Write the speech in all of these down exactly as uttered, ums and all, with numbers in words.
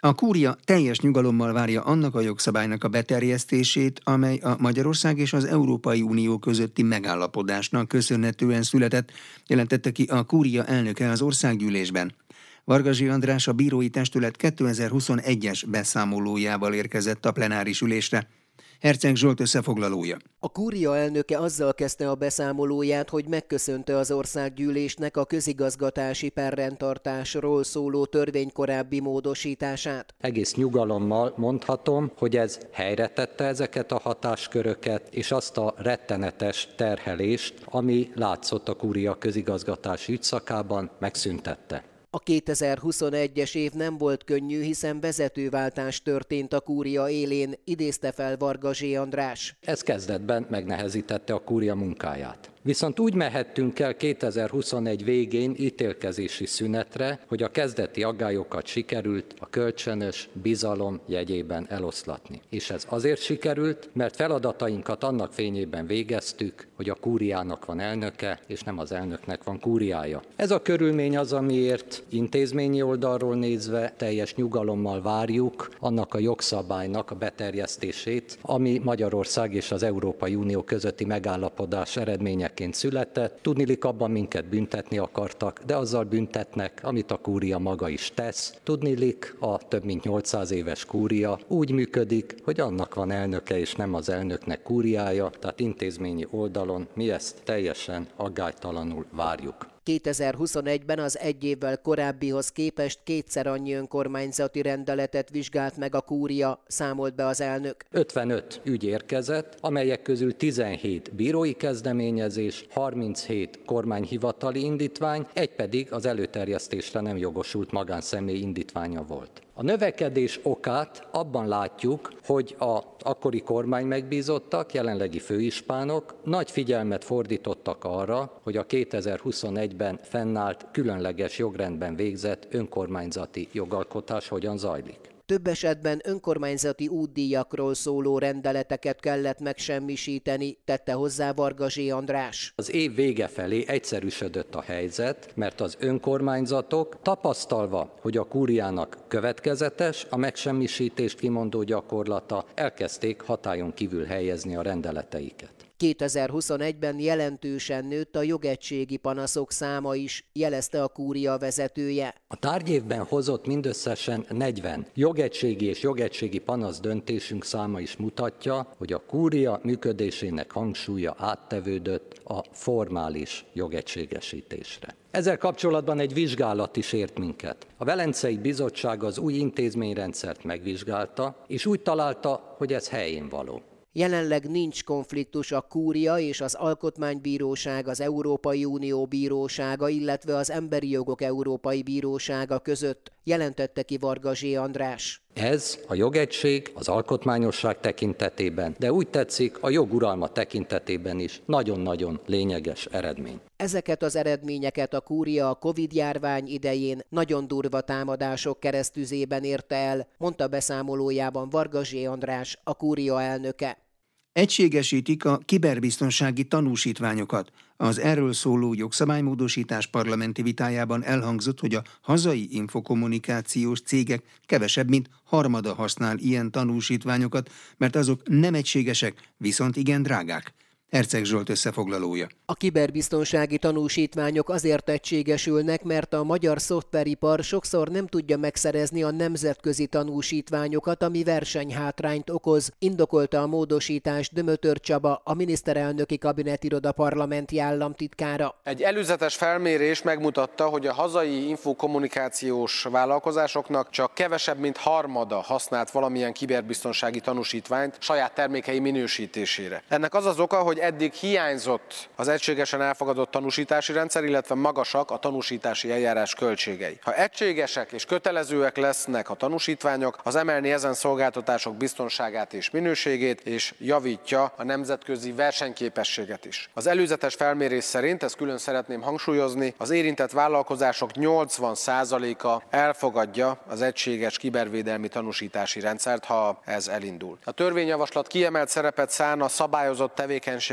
A kúria teljes nyugalommal várja annak a jogszabálynak a beterjesztését, amely a Magyarország és az Európai Unió közötti megállapodásnak köszönhetően született, jelentette ki a kúria elnöke az országgyűlésben. Varga Zé. András a bírói testület kétezer-huszonegyes beszámolójával érkezett a plenáris ülésre. Herceg Zsolt összefoglalója. A kúria elnöke azzal kezdte a beszámolóját, hogy megköszönte az országgyűlésnek a közigazgatási perrendtartásról szóló törvény korábbi módosítását. Egész nyugalommal mondhatom, hogy ez helyre tette ezeket a hatásköröket, és azt a rettenetes terhelést, ami látszott a kúria közigazgatási ügyszakában, megszüntette. A kétezer-huszonegyes év nem volt könnyű, hiszen vezetőváltás történt a kúria élén, idézte fel Varga Zé. András. Ez kezdetben megnehezítette a kúria munkáját. Viszont úgy mehettünk el kétezer-huszonegy végén ítélkezési szünetre, hogy a kezdeti aggályokat sikerült a kölcsönös bizalom jegyében eloszlatni. És ez azért sikerült, mert feladatainkat annak fényében végeztük, hogy a kúriának van elnöke, és nem az elnöknek van kúriája. Ez a körülmény az, amiért intézményi oldalról nézve teljes nyugalommal várjuk annak a jogszabálynak a beterjesztését, ami Magyarország és az Európai Unió közötti megállapodás eredménye született. Tudniillik, abban minket büntetni akartak, de azzal büntetnek, amit a kúria maga is tesz. Tudniillik, a több mint nyolcszáz éves kúria úgy működik, hogy annak van elnöke, és nem az elnöknek kúriája, tehát intézményi oldalon mi ezt teljesen aggálytalanul várjuk. kétezer-huszonegyben az egy évvel korábbihoz képest kétszer annyi önkormányzati rendeletet vizsgált meg a kúria, számolt be az elnök. ötvenöt ügy érkezett, amelyek közül tizenhét bírói kezdeményezés, harminchét kormányhivatali indítvány, egy pedig az előterjesztésre nem jogosult magánszemély indítványa volt. A növekedés okát abban látjuk, hogy az akkori kormány megbízottak, jelenlegi főispánok nagy figyelmet fordítottak arra, hogy a kétezer-huszonegyben fennállt különleges jogrendben végzett önkormányzati jogalkotás hogyan zajlik. Több esetben önkormányzati útdíjakról szóló rendeleteket kellett megsemmisíteni, tette hozzá Varga Zé. András. Az év vége felé egyszerűsödött a helyzet, mert az önkormányzatok tapasztalva, hogy a kúriának következetes, a megsemmisítést kimondó gyakorlata, elkezdték hatályon kívül helyezni a rendeleteiket. kétezer-huszonegyben jelentősen nőtt a jogegységi panaszok száma is, jelezte a kúria vezetője. A tárgyévben hozott mindösszesen negyven jogegységi és jogegységi panasz döntésünk száma is mutatja, hogy a kúria működésének hangsúlya áttevődött a formális jogegységesítésre. Ezzel kapcsolatban egy vizsgálat is ért minket. A Velencei Bizottság az új intézményrendszert megvizsgálta, és úgy találta, hogy ez helyén való. Jelenleg nincs konfliktus a kúria és az Alkotmánybíróság, az Európai Unió Bírósága, illetve az Emberi Jogok Európai Bírósága között, jelentette ki Varga Zé. András. Ez a jogegység az alkotmányosság tekintetében, de úgy tetszik, a joguralma tekintetében is nagyon-nagyon lényeges eredmény. Ezeket az eredményeket a kúria a Covid-járvány idején nagyon durva támadások keresztüzében érte el, mondta beszámolójában Varga Zé. András, a kúria elnöke. Egységesítik a kiberbiztonsági tanúsítványokat. Az erről szóló jogszabálymódosítás parlamenti vitájában elhangzott, hogy a hazai infokommunikációs cégek kevesebb, mint harmada használ ilyen tanúsítványokat, mert azok nem egységesek, viszont igen drágák. Herceg Zsolt összefoglalója. A kiberbiztonsági tanúsítványok azért egységesülnek, mert a magyar szoftveripar sokszor nem tudja megszerezni a nemzetközi tanúsítványokat, ami versenyhátrányt okoz, indokolta a módosítás Dömötör Csaba, a miniszterelnöki kabinetiroda parlamenti államtitkára. Egy előzetes felmérés megmutatta, hogy a hazai infokommunikációs vállalkozásoknak csak kevesebb, mint harmada használt valamilyen kiberbiztonsági tanúsítványt saját termékei minősítésére. Ennek az az oka, hogy eddig hiányzott az egységesen elfogadott tanúsítási rendszer, illetve magasak a tanúsítási eljárás költségei. Ha egységesek és kötelezőek lesznek a tanúsítványok, az emelni ezen szolgáltatások biztonságát és minőségét, és javítja a nemzetközi versenyképességet is. Az előzetes felmérés szerint, ezt külön szeretném hangsúlyozni, az érintett vállalkozások nyolcvan százaléka elfogadja az egységes kibervédelmi tanúsítási rendszert, ha ez elindul. A törvényjavaslat kiemelt szerepet szán a szabályozott tevékenység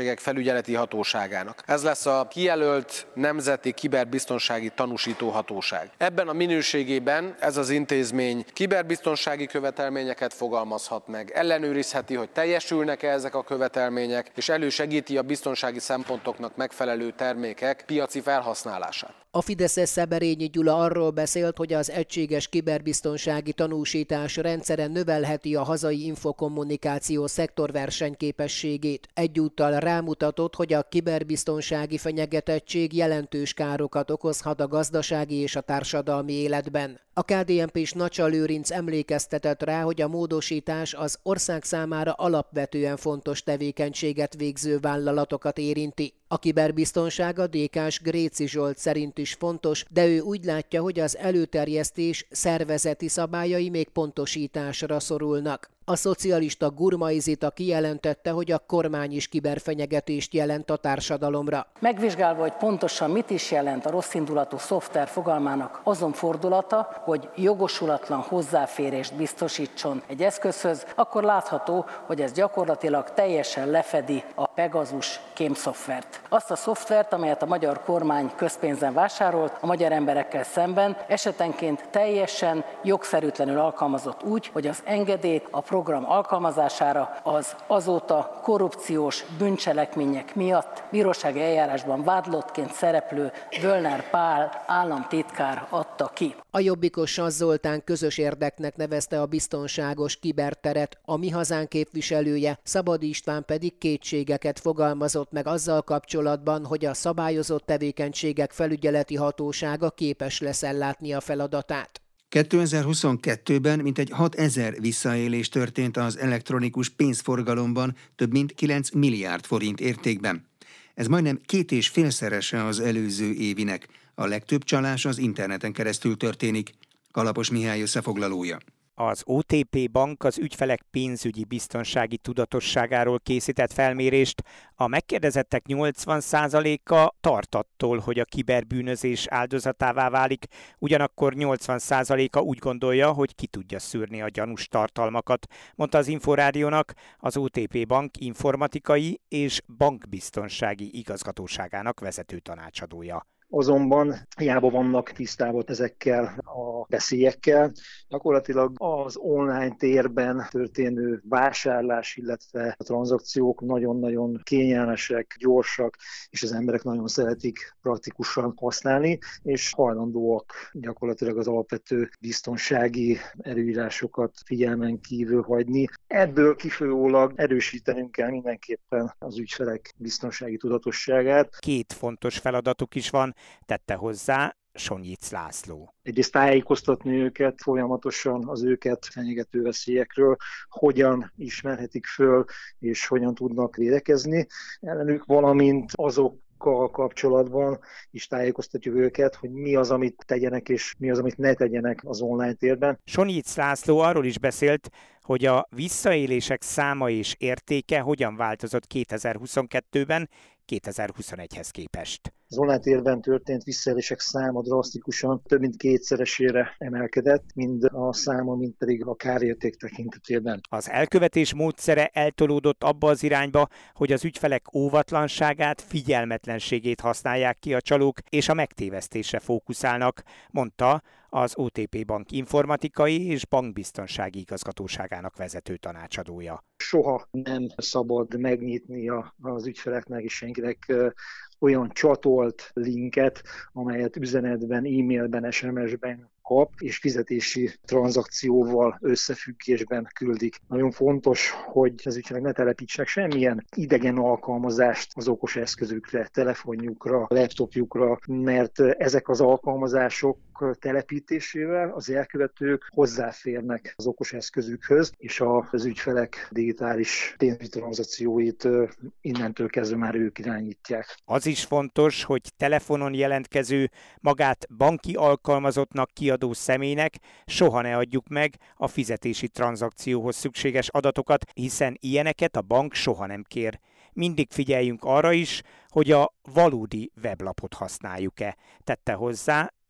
tevékenységek felügyeleti hatóságának. Ez lesz a kijelölt Nemzeti Kiberbiztonsági Tanúsító Hatóság. Ebben a minőségében ez az intézmény kiberbiztonsági követelményeket fogalmazhat meg, ellenőrizheti, hogy teljesülnek-e ezek a követelmények, és elősegíti a biztonsági szempontoknak megfelelő termékek piaci felhasználását. A Fideszes Szeberényi Gyula arról beszélt, hogy az egységes kiberbiztonsági tanúsítás rendszere növelheti a hazai infokommunikáció szektor versenyképességét. Egyúttal rámutatott, hogy a kiberbiztonsági fenyegetettség jelentős károkat okozhat a gazdasági és a társadalmi életben. A ká dé en pés Nacsa Lőrinc emlékeztetett rá, hogy a módosítás az ország számára alapvetően fontos tevékenységet végző vállalatokat érinti. A kiberbiztonság a dé ká-s Gréci Zsolt szerint is fontos, de ő úgy látja, hogy az előterjesztés szervezeti szabályai még pontosításra szorulnak. A szocialista Gurmai Zita kijelentette, hogy a kormány is kiberfenyegetést jelent a társadalomra. Megvizsgálva, hogy pontosan mit is jelent a rosszindulatú szoftver fogalmának azon fordulata, hogy jogosulatlan hozzáférést biztosítson egy eszközhöz, akkor látható, hogy ez gyakorlatilag teljesen lefedi a Pegasus kémszoftvert. Azt a szoftvert, amelyet a magyar kormány közpénzen vásárolt, a magyar emberekkel szemben esetenként teljesen jogszerűtlenül alkalmazott úgy, hogy az engedélyt a program alkalmazására az azóta korrupciós bűncselekmények miatt bírósági eljárásban vádlottként szereplő Völner Pál államtitkár adta ki. A jobbikos Sasz Zoltán közös érdeknek nevezte a biztonságos kiberteret, a Mi Hazánk képviselője, Szabad István pedig kétségeket fogalmazott meg azzal kapcsolatban, hogy a szabályozott tevékenységek felügyeleti hatósága képes lesz ellátni a feladatát. kétezer-huszonkettőben mintegy hatezer visszaélés történt az elektronikus pénzforgalomban, több mint kilenc milliárd forint értékben. Ez majdnem két és félszerese az előző évinek. A legtöbb csalás az interneten keresztül történik. Kalapos Mihály összefoglalója. Az o té pé Bank az ügyfelek pénzügyi biztonsági tudatosságáról készített felmérést. A megkérdezettek nyolcvan százaléka tart attól, hogy a kiberbűnözés áldozatává válik, ugyanakkor nyolcvan százaléka úgy gondolja, hogy ki tudja szűrni a gyanús tartalmakat, mondta az Inforádiónak az o té pé Bank informatikai és bankbiztonsági igazgatóságának vezető tanácsadója. Azonban hiába vannak tisztában ezekkel a veszélyekkel. Gyakorlatilag az online térben történő vásárlás, illetve a tranzakciók nagyon-nagyon kényelmesek, gyorsak, és az emberek nagyon szeretik praktikusan használni, és hajlandóak gyakorlatilag az alapvető biztonsági előírásokat figyelmen kívül hagyni. Ebből kifolyólag erősítenünk kell mindenképpen az ügyfelek biztonsági tudatosságát. Két fontos feladatuk is van, tette hozzá Sonyic László. Egyrészt tájékoztatni őket folyamatosan az őket fenyegető veszélyekről, hogyan ismerhetik föl, és hogyan tudnak védekezni ellenük, valamint azok kapcsolatban is tájékoztatjuk őket, hogy mi az, amit tegyenek, és mi az, amit ne tegyenek az online térben. Sonyic László arról is beszélt, hogy a visszaélések száma és értéke hogyan változott kétezer-huszonkettőben kétezer-huszonegyhez képest. Az online térben történt visszaélések száma drasztikusan több mint kétszeresére emelkedett, mind a száma, mind pedig a kárérték tekintetében. Az elkövetés módszere eltolódott abba az irányba, hogy az ügyfelek óvatlanságát, figyelmetlenségét használják ki a csalók, és a megtévesztésre fókuszálnak, mondta az o té pé Bank informatikai és bankbiztonsági igazgatóságának vezető tanácsadója. Soha nem szabad megnyitni az ügyfeleknek és senkinek olyan csatolt linket, amelyet üzenetben, e-mailben, es em es-ben kap, és fizetési tranzakcióval összefüggésben küldik. Nagyon fontos, hogy az ügyfelek ne telepítsenek semmilyen idegen alkalmazást az okos eszközükre, telefonjukra, laptopjukra, mert ezek az alkalmazások telepítésével az elkövetők hozzáférnek az okos eszközükhöz, és az ügyfelek digitális pénzügyi tranzakcióit innentől kezdve már ők irányítják. Az is fontos, hogy telefonon jelentkező, magát banki alkalmazottnak kiadó személynek soha ne adjuk meg a fizetési tranzakcióhoz szükséges adatokat, hiszen ilyeneket a bank soha nem kér. Mindig figyeljünk arra is, hogy a valódi weblapot használjuk-e, tette hozzá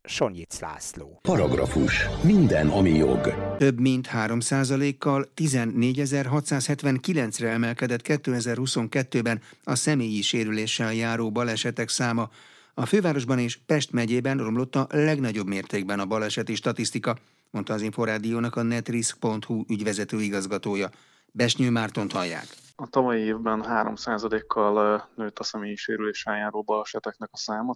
Sonyic László. Paragrafus. Minden, ami jog. Több mint három százalékkal tizennégyezer-hatszázhetvenkilencre emelkedett kétezer-huszonkettőben a személyi sérüléssel járó balesetek száma. A fővárosban és Pest megyében romlott a legnagyobb mértékben a baleseti statisztika, mondta az Inforádiónak a netrisk pont hu ügyvezető igazgatója. Besnyő Mártont hallják. A tavalyi évben három százalékkal nőtt a személyi sérüléssel járó baleseteknek a száma,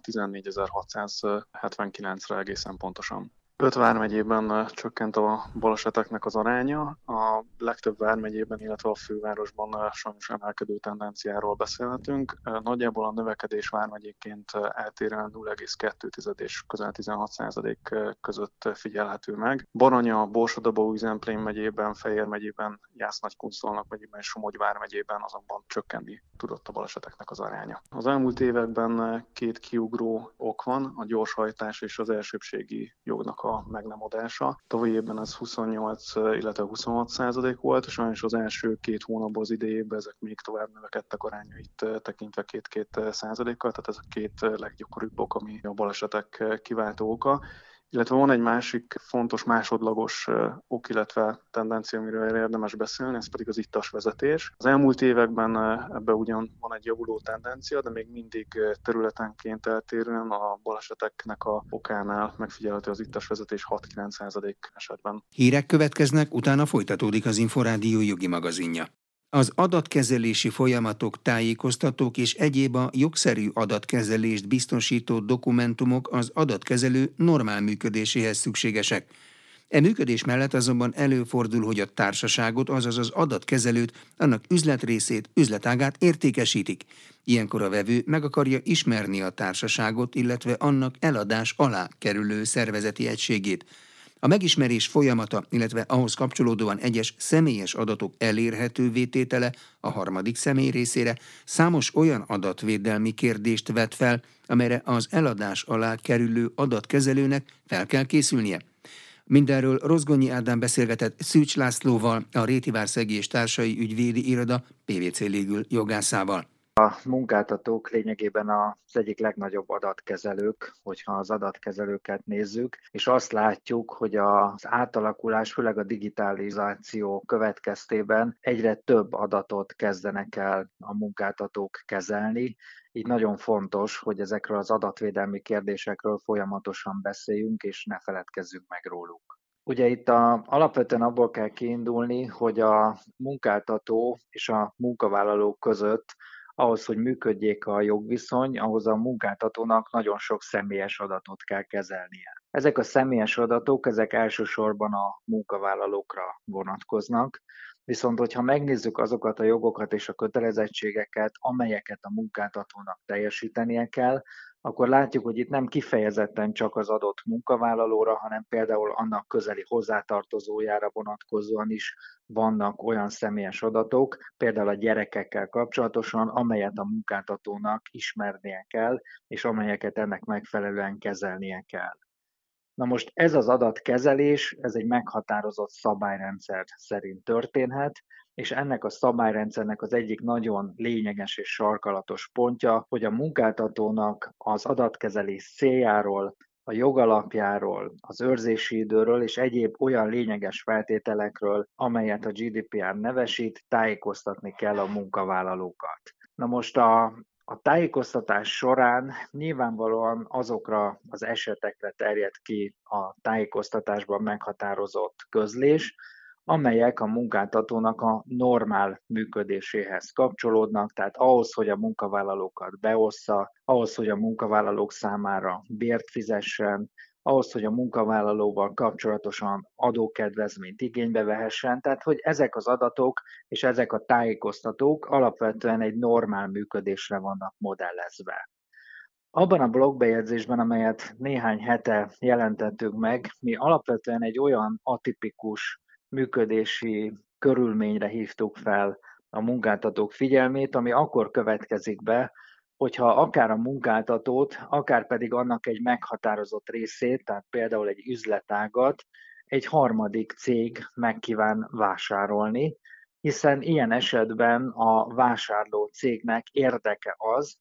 tizennégyezer-hatszázhetvenkilencre egészen pontosan. Öt vármegyében csökkent a baleseteknek az aránya, a legtöbb vármegyében, illetve a fővárosban sajnos emelkedő tendenciáról beszélhetünk. Nagyjából a növekedés vármegyéként eltérően nulla egész kettő és közel tizenhat százalék között figyelhető meg. Baranya, Borsod-Abaúj-Zemplén megyében, Fejér megyében, Jász-Nagykunszolnok megyében és Somogy vármegyében azonban csökkenni tudott a baleseteknek az aránya. Az elmúlt években két kiugró ok van, a gyorshajtás és az elsőbbségi jognak a meg nem adása. Tavalyi évben ez huszonnyolc, illetve huszonhat százalék volt, és sajnos az első két hónapban az idejében ezek még tovább növekedtek arányait tekintve két-két százalékkal, tehát ez a két leggyakoribb ok, ami a balesetek kiváltó oka. Illetve van egy másik fontos másodlagos ok, illetve tendencia, amiről érdemes beszélni, ez pedig az ittas vezetés. Az elmúlt években ebben ugyan van egy javuló tendencia, de még mindig területenként eltérően a baleseteknek a okánál megfigyelhető az ittas vezetés hat-kilenc százalék esetben. Hírek következnek, utána folytatódik az Inforádió jogi magazinja. Az adatkezelési folyamatok, tájékoztatók és egyéb a jogszerű adatkezelést biztosító dokumentumok az adatkezelő normál működéséhez szükségesek. E működés mellett azonban előfordul, hogy a társaságot, azaz az adatkezelőt, annak üzletrészét, üzletágát értékesítik. Ilyenkor a vevő meg akarja ismerni a társaságot, illetve annak eladás alá kerülő szervezeti egységét. A megismerés folyamata, illetve ahhoz kapcsolódóan egyes személyes adatok elérhetővé tétele a harmadik személy részére számos olyan adatvédelmi kérdést vet fel, amelyre az eladás alá kerülő adatkezelőnek fel kell készülnie. Mindenről Rozgonyi Ádám beszélgetett Szűcs Lászlóval, a Rétivárszegi és Társai Ügyvédi Iroda pé vé cé Legal jogászával. A munkáltatók lényegében az egyik legnagyobb adatkezelők, hogyha az adatkezelőket nézzük, és azt látjuk, hogy az átalakulás, főleg a digitalizáció következtében egyre több adatot kezdenek el a munkáltatók kezelni. Így nagyon fontos, hogy ezekről az adatvédelmi kérdésekről folyamatosan beszéljünk, és ne feledkezzünk meg róluk. Ugye itt a, alapvetően abból kell kiindulni, hogy a munkáltató és a munkavállalók között ahhoz, hogy működjék a jogviszony, ahhoz a munkáltatónak nagyon sok személyes adatot kell kezelnie. Ezek a személyes adatok, ezek elsősorban a munkavállalókra vonatkoznak, viszont hogyha megnézzük azokat a jogokat és a kötelezettségeket, amelyeket a munkáltatónak teljesítenie kell, akkor látjuk, hogy itt nem kifejezetten csak az adott munkavállalóra, hanem például annak közeli hozzátartozójára vonatkozóan is vannak olyan személyes adatok, például a gyerekekkel kapcsolatosan, amelyet a munkáltatónak ismernie kell, és amelyeket ennek megfelelően kezelnie kell. Na most ez az adatkezelés, ez egy meghatározott szabályrendszer szerint történhet, és ennek a szabályrendszernek az egyik nagyon lényeges és sarkalatos pontja, hogy a munkáltatónak az adatkezelés céljáról, a jogalapjáról, az őrzési időről és egyéb olyan lényeges feltételekről, amelyet a gé dé pé er nevesít, tájékoztatni kell a munkavállalókat. Na most a A tájékoztatás során nyilvánvalóan azokra az esetekre terjed ki a tájékoztatásban meghatározott közlés, amelyek a munkáltatónak a normál működéséhez kapcsolódnak, tehát ahhoz, hogy a munkavállalókat beossza, ahhoz, hogy a munkavállalók számára bért fizessen, ahhoz, hogy a munkavállalóval kapcsolatosan adókedvezményt igénybe vehessen, tehát hogy ezek az adatok és ezek a tájékoztatók alapvetően egy normál működésre vannak modellezve. Abban a blogbejegyzésben, amelyet néhány hete jelentettünk meg, mi alapvetően egy olyan atipikus működési körülményre hívtuk fel a munkáltatók figyelmét, ami akkor következik be, hogyha akár a munkáltatót, akár pedig annak egy meghatározott részét, tehát például egy üzletágat, egy harmadik cég megkíván vásárolni, hiszen ilyen esetben a vásárló cégnek érdeke az,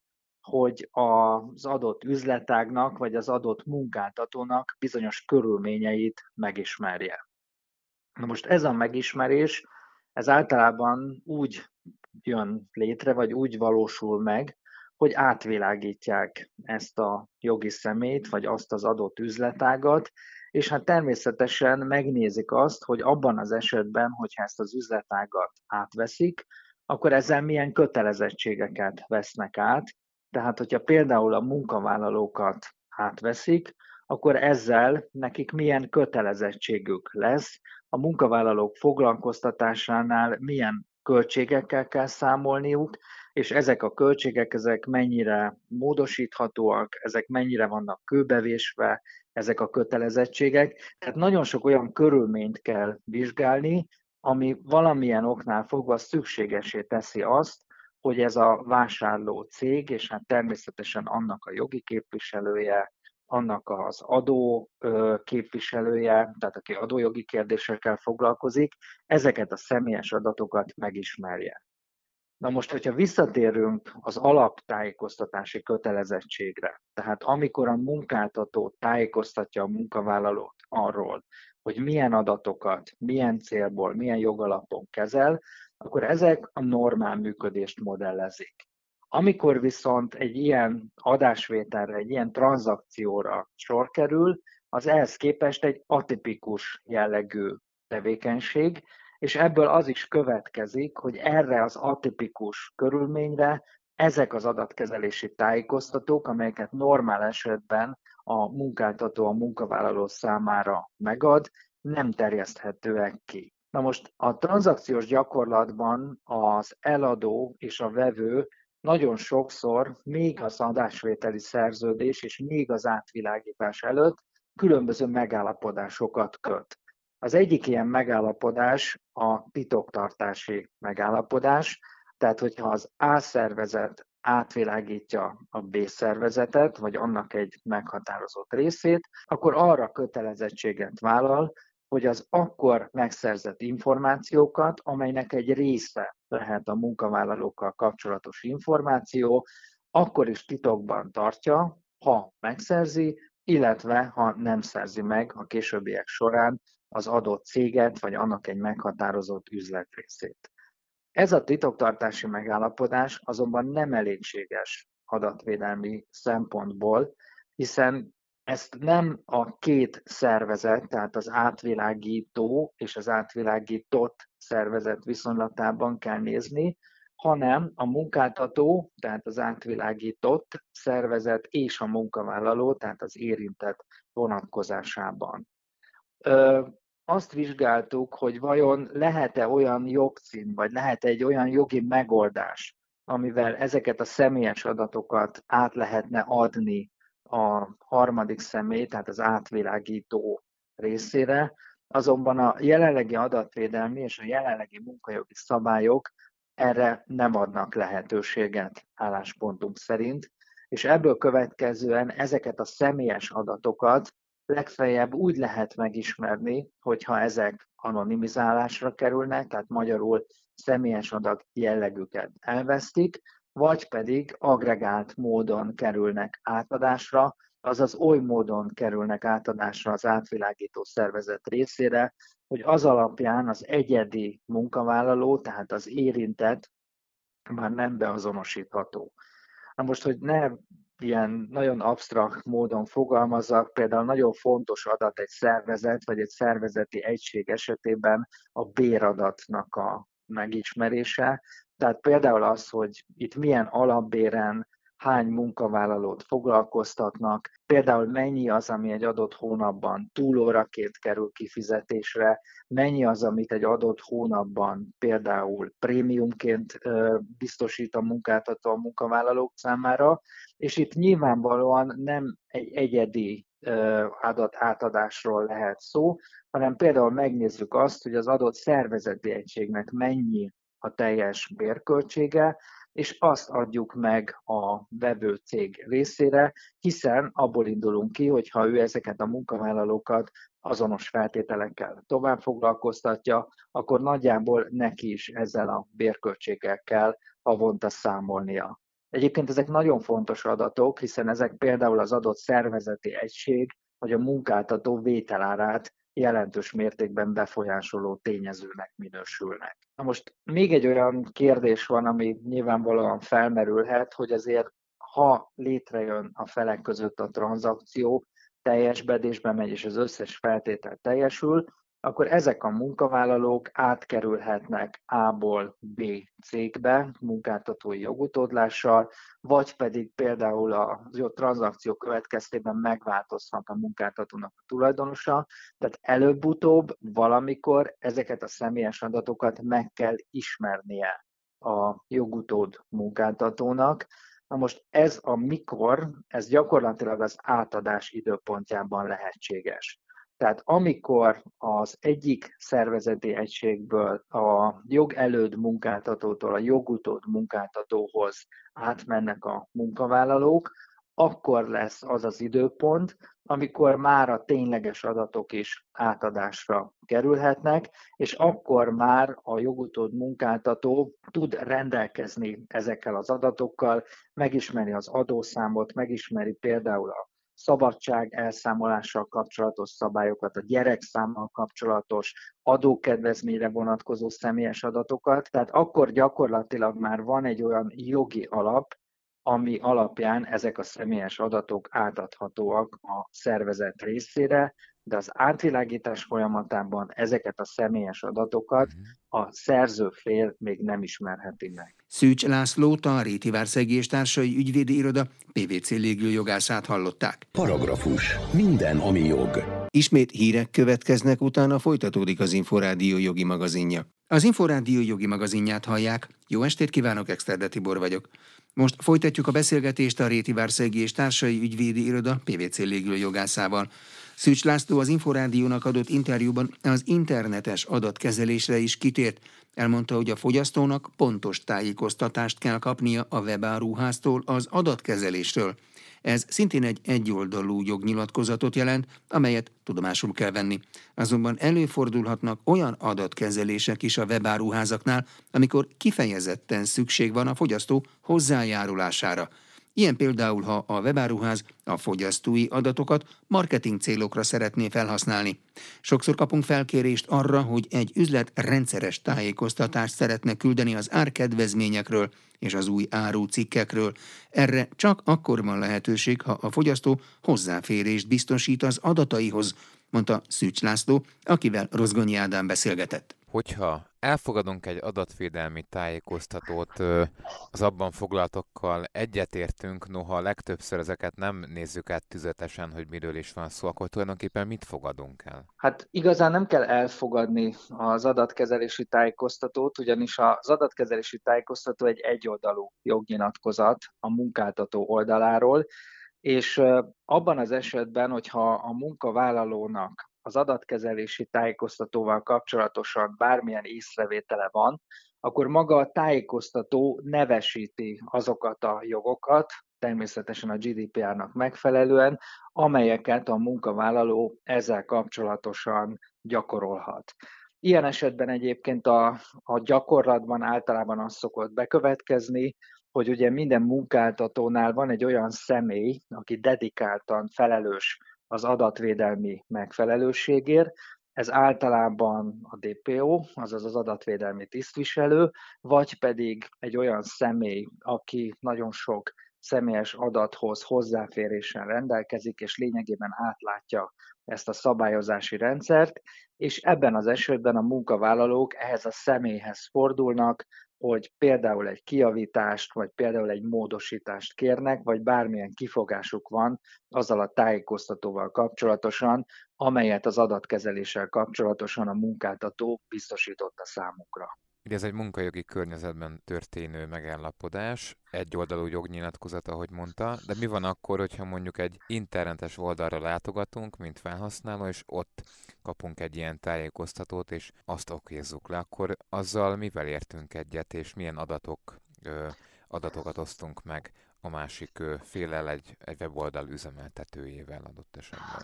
hogy az adott üzletágnak vagy az adott munkáltatónak bizonyos körülményeit megismerje. Na most ez a megismerés, ez általában úgy jön létre, vagy úgy valósul meg, hogy átvilágítják ezt a jogi személyt, vagy azt az adott üzletágat, és hát természetesen megnézik azt, hogy abban az esetben, hogyha ezt az üzletágat átveszik, akkor ezzel milyen kötelezettségeket vesznek át. Tehát, hogyha például a munkavállalókat átveszik, akkor ezzel nekik milyen kötelezettségük lesz, a munkavállalók foglalkoztatásánál milyen költségekkel kell számolniuk, és ezek a költségek, ezek mennyire módosíthatóak, ezek mennyire vannak kőbevésve, ezek a kötelezettségek. Tehát nagyon sok olyan körülményt kell vizsgálni, ami valamilyen oknál fogva szükségesé teszi azt, hogy ez a vásárló cég, és hát természetesen annak a jogi képviselője, annak az adó képviselője, tehát aki adójogi kérdésekkel foglalkozik, ezeket a személyes adatokat megismerje. Na most, hogyha visszatérünk az alaptájékoztatási kötelezettségre, tehát amikor a munkáltató tájékoztatja a munkavállalót arról, hogy milyen adatokat, milyen célból, milyen jogalapon kezel, akkor ezek a normál működést modellezik. Amikor viszont egy ilyen adásvételre, egy ilyen tranzakcióra sor kerül, az ehhez képest egy atipikus jellegű tevékenység, és ebből az is következik, hogy erre az atipikus körülményre ezek az adatkezelési tájékoztatók, amelyeket normál esetben a munkáltató a munkavállaló számára megad, nem terjeszthetőek ki. Na most a tranzakciós gyakorlatban az eladó és a vevő nagyon sokszor még az adásvételi szerződés és még az átvilágítás előtt különböző megállapodásokat köt. Az egyik ilyen megállapodás a titoktartási megállapodás, tehát hogyha az A szervezet átvilágítja a B szervezetet, vagy annak egy meghatározott részét, akkor arra kötelezettséget vállal, hogy az akkor megszerzett információkat, amelynek egy része lehet a munkavállalókkal kapcsolatos információ, akkor is titokban tartja, ha megszerzi, illetve ha nem szerzi meg a későbbiek során az adott céget, vagy annak egy meghatározott üzletrészét. Ez a titoktartási megállapodás azonban nem elégséges adatvédelmi szempontból, hiszen ezt nem a két szervezet, tehát az átvilágító és az átvilágított szervezet viszonylatában kell nézni, hanem a munkáltató, tehát az átvilágított szervezet és a munkavállaló, tehát az érintett vonatkozásában. Ö, azt vizsgáltuk, hogy vajon lehet-e olyan jogcím, vagy lehet egy olyan jogi megoldás, amivel ezeket a személyes adatokat át lehetne adni a harmadik személy, tehát az átvilágító részére, azonban a jelenlegi adatvédelmi és a jelenlegi munkajogi szabályok erre nem adnak lehetőséget álláspontunk szerint, és ebből következően ezeket a személyes adatokat legfeljebb úgy lehet megismerni, hogyha ezek anonimizálásra kerülnek, tehát magyarul személyes adat jellegüket elvesztik, vagy pedig agregált módon kerülnek átadásra, azaz oly módon kerülnek átadásra az átvilágító szervezet részére, hogy az alapján az egyedi munkavállaló, tehát az érintett már nem beazonosítható. Na most, hogy ne ilyen nagyon absztrakt módon fogalmazzak, például nagyon fontos adat egy szervezet, vagy egy szervezeti egység esetében a béradatnak a megismerése. Tehát például az, hogy itt milyen alapbéren hány munkavállalót foglalkoztatnak, például mennyi az, ami egy adott hónapban túlóraként kerül kifizetésre, mennyi az, amit egy adott hónapban például prémiumként biztosít a munkáltató a munkavállalók számára, és itt nyilvánvalóan nem egy egyedi adat átadásról lehet szó, hanem például megnézzük azt, hogy az adott szervezeti egységnek mennyi a teljes bérköltsége, és azt adjuk meg a vevő cég részére, hiszen abból indulunk ki, hogy ha ő ezeket a munkavállalókat azonos feltételekkel tovább foglalkoztatja, akkor nagyjából neki is ezzel a bérköltséggel kell havonta számolnia. Egyébként ezek nagyon fontos adatok, hiszen ezek például az adott szervezeti egység vagy a munkáltató vételárát jelentős mértékben befolyásoló tényezőnek minősülnek. Na most még egy olyan kérdés van, ami nyilvánvalóan felmerülhet, hogy azért ha létrejön a felek között a tranzakció, teljes bedésbe megy és az összes feltétel teljesül, akkor ezek a munkavállalók átkerülhetnek A-ból B cégbe munkáltatói jogutódlással, vagy pedig például a tranzakció következtében megváltozhat a munkáltatónak a tulajdonosa, tehát előbb-utóbb valamikor ezeket a személyes adatokat meg kell ismernie a jogutód munkáltatónak. Na most ez a mikor, ez gyakorlatilag az átadás időpontjában lehetséges. Tehát amikor az egyik szervezeti egységből a jogelőd munkáltatótól a jogutód munkáltatóhoz átmennek a munkavállalók, akkor lesz az az időpont, amikor már a tényleges adatok is átadásra kerülhetnek, és akkor már a jogutód munkáltató tud rendelkezni ezekkel az adatokkal, megismeri az adószámot, megismeri például a szabadság elszámolással kapcsolatos szabályokat, a gyerekszámmal kapcsolatos adókedvezményre vonatkozó személyes adatokat. Tehát akkor gyakorlatilag már van egy olyan jogi alap, ami alapján ezek a személyes adatok átadhatóak a szervezet részére, de az átvilágítás folyamatában ezeket a személyes adatokat a szerző fél még nem ismerheti meg. Szűcs Lászlót, a Réti Várszegi és Társai Ügyvédi Iroda pé vé cé légőjogászát hallották. Paragrafus. Minden, ami jog. Ismét hírek következnek, utána folytatódik az Inforádió jogi magazinja. Az Inforádió jogi magazinját hallják. Jó estét kívánok, Exterde Tibor vagyok. Most folytatjuk a beszélgetést a Réti Várszegi és Társai Ügyvédi Iroda pé vé cé légőjogászával. Szűcs László az Inforádiónak adott interjúban az internetes adatkezelésre is kitért. Elmondta, hogy a fogyasztónak pontos tájékoztatást kell kapnia a webáruháztól az adatkezelésről. Ez szintén egy egyoldalú jognyilatkozatot jelent, amelyet tudomásul kell venni. Azonban előfordulhatnak olyan adatkezelések is a webáruházaknál, amikor kifejezetten szükség van a fogyasztó hozzájárulására. Ilyen például, ha a webáruház a fogyasztói adatokat marketing célokra szeretné felhasználni. Sokszor kapunk felkérést arra, hogy egy üzlet rendszeres tájékoztatást szeretne küldeni az árkedvezményekről és az új árucikkekről. Erre csak akkor van lehetőség, ha a fogyasztó hozzáférést biztosít az adataihoz, mondta Szűcs László, akivel Rozgonyi Ádám beszélgetett. Hogyha elfogadunk egy adatvédelmi tájékoztatót, az abban foglaltokkal egyetértünk, noha legtöbbször ezeket nem nézzük át tüzetesen, hogy miről is van szó, akkor tulajdonképpen mit fogadunk el? Hát igazán nem kell elfogadni az adatkezelési tájékoztatót, ugyanis az adatkezelési tájékoztató egy egyoldalú jognyilatkozat a munkáltató oldaláról, és abban az esetben, hogyha a munkavállalónak az adatkezelési tájékoztatóval kapcsolatosan bármilyen észrevétele van, akkor maga a tájékoztató nevesíti azokat a jogokat, természetesen a gé dé pé er-nak megfelelően, amelyeket a munkavállaló ezzel kapcsolatosan gyakorolhat. Ilyen esetben egyébként a, a gyakorlatban általában az szokott bekövetkezni, hogy ugye minden munkáltatónál van egy olyan személy, aki dedikáltan felelős az adatvédelmi megfelelőségért. Ez általában a dé pé o, azaz az adatvédelmi tisztviselő, vagy pedig egy olyan személy, aki nagyon sok személyes adathoz hozzáféréssel rendelkezik, és lényegében átlátja ezt a szabályozási rendszert, és ebben az esetben a munkavállalók ehhez a személyhez fordulnak, hogy például egy kijavítást, vagy például egy módosítást kérnek, vagy bármilyen kifogásuk van azzal a tájékoztatóval kapcsolatosan, amelyet az adatkezeléssel kapcsolatosan a munkáltató biztosította számukra. Ugye ez egy munkajogi környezetben történő megállapodás, egyoldalú jognyilatkozat, ahogy mondta, de mi van akkor, hogyha mondjuk egy internetes oldalra látogatunk, mint felhasználó, és ott kapunk egy ilyen tájékoztatót, és azt okézzuk le, akkor azzal mivel értünk egyet, és milyen adatok, ö, adatokat osztunk meg a másik ö, féllel egy, egy weboldal üzemeltetőjével adott esetben?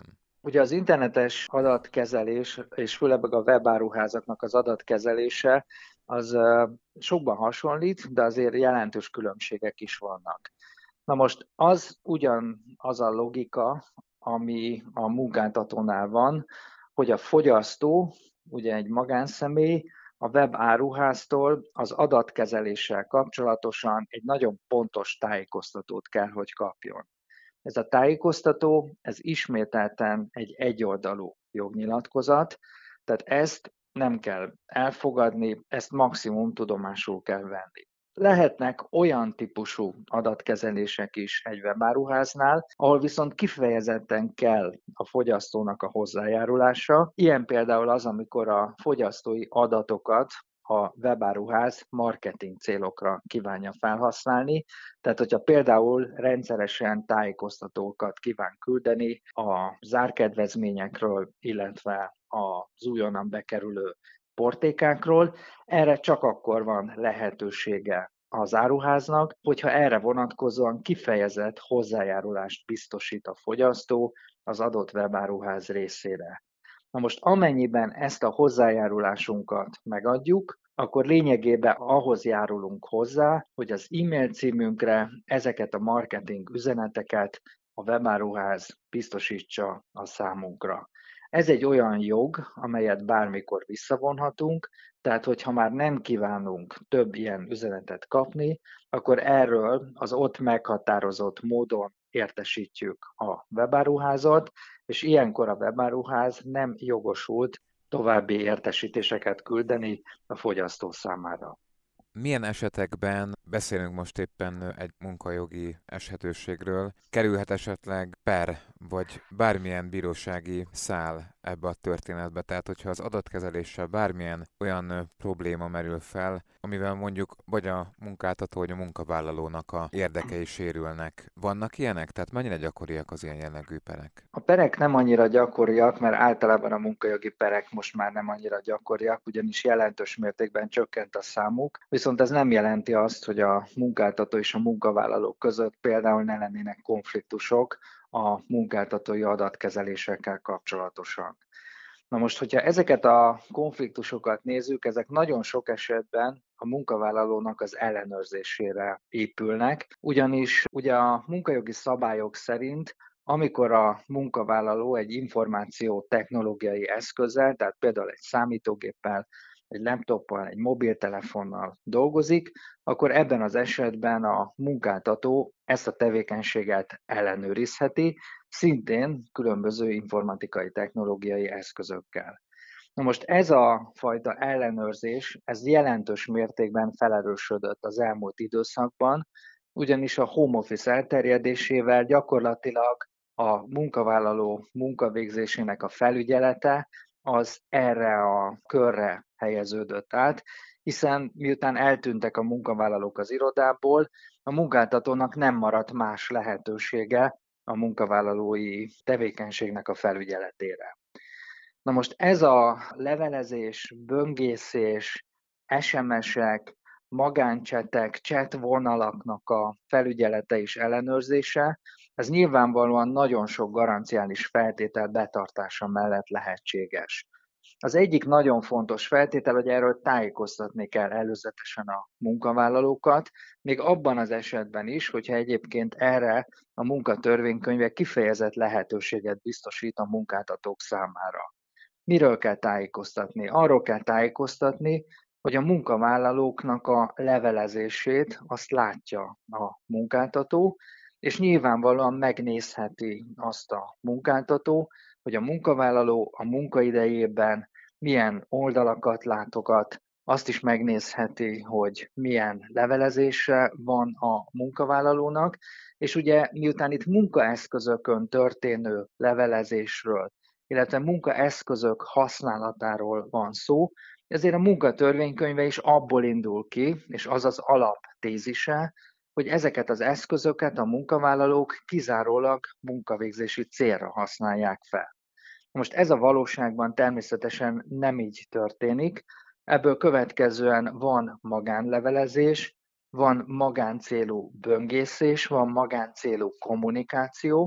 Ugye az internetes adatkezelés, és főleg a webáruházaknak az adatkezelése, az sokban hasonlít, de azért jelentős különbségek is vannak. Na most az ugyanaz a logika, ami a munkáltatónál van, hogy a fogyasztó, ugye egy magánszemély, a webáruháztól az adatkezeléssel kapcsolatosan egy nagyon pontos tájékoztatót kell, hogy kapjon. Ez a tájékoztató, ez ismételten egy egyoldalú jognyilatkozat, tehát ezt nem kell elfogadni, ezt maximum tudomásul kell venni. Lehetnek olyan típusú adatkezelések is egy webáruháznál, ahol viszont kifejezetten kell a fogyasztónak a hozzájárulása. Ilyen például az, amikor a fogyasztói adatokat a webáruház marketing célokra kívánja felhasználni. Tehát, hogyha például rendszeresen tájékoztatókat kíván küldeni a zárkedvezményekről, illetve az újonnan bekerülő portékákról, erre csak akkor van lehetősége az áruháznak, hogyha erre vonatkozóan kifejezett hozzájárulást biztosít a fogyasztó az adott webáruház részére. Na most amennyiben ezt a hozzájárulásunkat megadjuk, akkor lényegében ahhoz járulunk hozzá, hogy az e-mail címünkre ezeket a marketing üzeneteket a webáruház biztosítsa a számunkra. Ez egy olyan jog, amelyet bármikor visszavonhatunk, tehát hogyha már nem kívánunk több ilyen üzenetet kapni, akkor erről az ott meghatározott módon értesítjük a webáruházat, és ilyenkor a webáruház nem jogosult további értesítéseket küldeni a fogyasztó számára. Milyen esetekben, beszélünk most éppen egy munkajogi eshetőségről, kerülhet esetleg per, vagy bármilyen bírósági szál ebbe a történetbe? Tehát, hogyha az adatkezeléssel bármilyen olyan probléma merül fel, amivel mondjuk vagy a munkáltató, vagy a munkavállalónak a érdekei sérülnek. Vannak ilyenek? Tehát mennyire gyakoriak az ilyen jellegű perek? A perek nem annyira gyakoriak, mert általában a munkajogi perek most már nem annyira gyakoriak, ugyanis jelentős mértékben csökkent a számuk, viszont ez nem jelenti azt, hogy a munkáltató és a munkavállaló között például ne lennének konfliktusok a munkáltatói adatkezelésekkel kapcsolatosan. Na most, hogyha ezeket a konfliktusokat nézzük, ezek nagyon sok esetben a munkavállalónak az ellenőrzésére épülnek, ugyanis ugye a munkajogi szabályok szerint, amikor a munkavállaló egy információ technológiai eszközzel, tehát például egy számítógéppel, egy laptoppal, egy mobiltelefonnal dolgozik, akkor ebben az esetben a munkáltató ezt a tevékenységet ellenőrizheti, szintén különböző informatikai technológiai eszközökkel. Na most ez a fajta ellenőrzés, ez jelentős mértékben felerősödött az elmúlt időszakban, ugyanis a home office elterjedésével gyakorlatilag a munkavállaló munkavégzésének a felügyelete az erre a körre helyeződött át, hiszen miután eltűntek a munkavállalók az irodából, a munkáltatónak nem maradt más lehetősége a munkavállalói tevékenységnek a felügyeletére. Na most ez a levelezés, böngészés, es em esek, magáncsetek, chat vonalaknak a felügyelete és ellenőrzése, ez nyilvánvalóan nagyon sok garanciális feltétel betartása mellett lehetséges. Az egyik nagyon fontos feltétel, hogy erről tájékoztatni kell előzetesen a munkavállalókat, még abban az esetben is, hogyha egyébként erre a munkatörvénykönyve kifejezett lehetőséget biztosít a munkáltatók számára. Miről kell tájékoztatni? Arról kell tájékoztatni, hogy a munkavállalóknak a levelezését azt látja a munkáltató, és nyilvánvalóan megnézheti azt a munkáltató, hogy a munkavállaló a munkaidejében milyen oldalakat látogat, azt is megnézheti, hogy milyen levelezése van a munkavállalónak, és ugye miután itt munkaeszközökön történő levelezésről, illetve munkaeszközök használatáról van szó, ezért a munkatörvénykönyve is abból indul ki, és az az alaptézise, hogy ezeket az eszközöket a munkavállalók kizárólag munkavégzési célra használják fel. Most ez a valóságban természetesen nem így történik, ebből következően van magánlevelezés, van magáncélú böngészés, van magáncélú kommunikáció,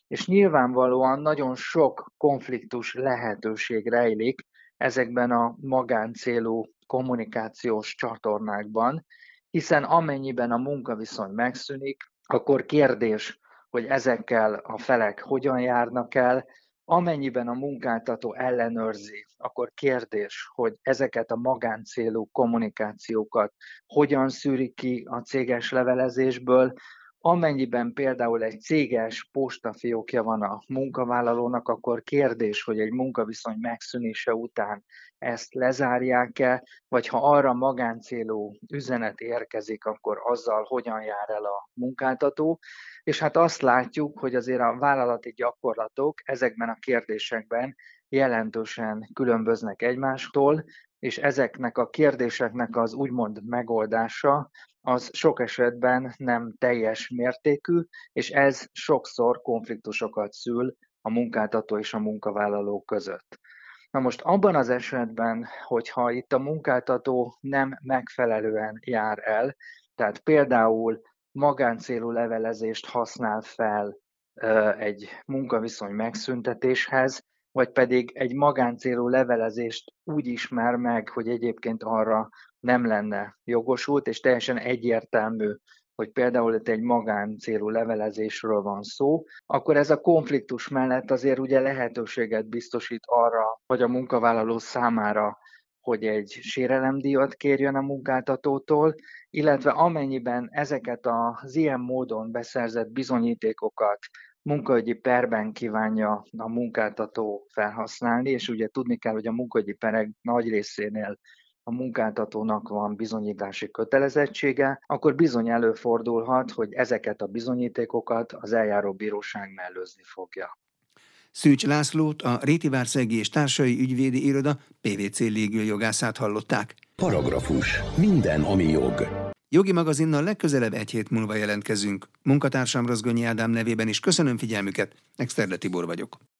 És nyilvánvalóan nagyon sok konfliktus lehetőség rejlik ezekben a magáncélú kommunikációs csatornákban, hiszen amennyiben a munkaviszony megszűnik, akkor kérdés, hogy ezekkel a felek hogyan járnak el, amennyiben a munkáltató ellenőrzi, akkor kérdés, hogy ezeket a magáncélú kommunikációkat hogyan szűri ki a céges levelezésből, amennyiben például egy céges postafiókja van a munkavállalónak, akkor kérdés, hogy egy munkaviszony megszűnése után ezt lezárják-e, vagy ha arra magáncélú üzenet érkezik, akkor azzal hogyan jár el a munkáltató. És hát azt látjuk, hogy azért a vállalati gyakorlatok ezekben a kérdésekben jelentősen különböznek egymástól, és ezeknek a kérdéseknek az úgymond megoldása az sok esetben nem teljes mértékű, és ez sokszor konfliktusokat szül a munkáltató és a munkavállaló között. Na most abban az esetben, hogyha itt a munkáltató nem megfelelően jár el, tehát például magáncélú levelezést használ fel egy munkaviszony megszüntetéshez, vagy pedig egy magáncélú levelezést úgy ismer meg, hogy egyébként arra nem lenne jogosult, és teljesen egyértelmű, hogy például itt egy magáncélú levelezésről van szó, akkor ez a konfliktus mellett azért ugye lehetőséget biztosít arra, hogy a munkavállaló számára, hogy egy sérelemdíjat kérjön a munkáltatótól, illetve amennyiben ezeket az ilyen módon beszerzett bizonyítékokat munkaügyi perben kívánja a munkáltató felhasználni, és ugye tudni kell, hogy a munkaügyi perek nagy részénél a munkáltatónak van bizonyítási kötelezettsége, akkor bizony előfordulhat, hogy ezeket a bizonyítékokat az eljáróbíróság mellőzni fogja. Szűcs Lászlót, a Rétivárszegi és Társai Ügyvédi Iroda pé vé cé légőrjogászát hallották. Paragrafus. Minden, ami jog. Jogi magazinnal legközelebb egy hét múlva jelentkezünk. Munkatársam Rozgonyi Ádám nevében is köszönöm figyelmüket, Exterde Tibor vagyok.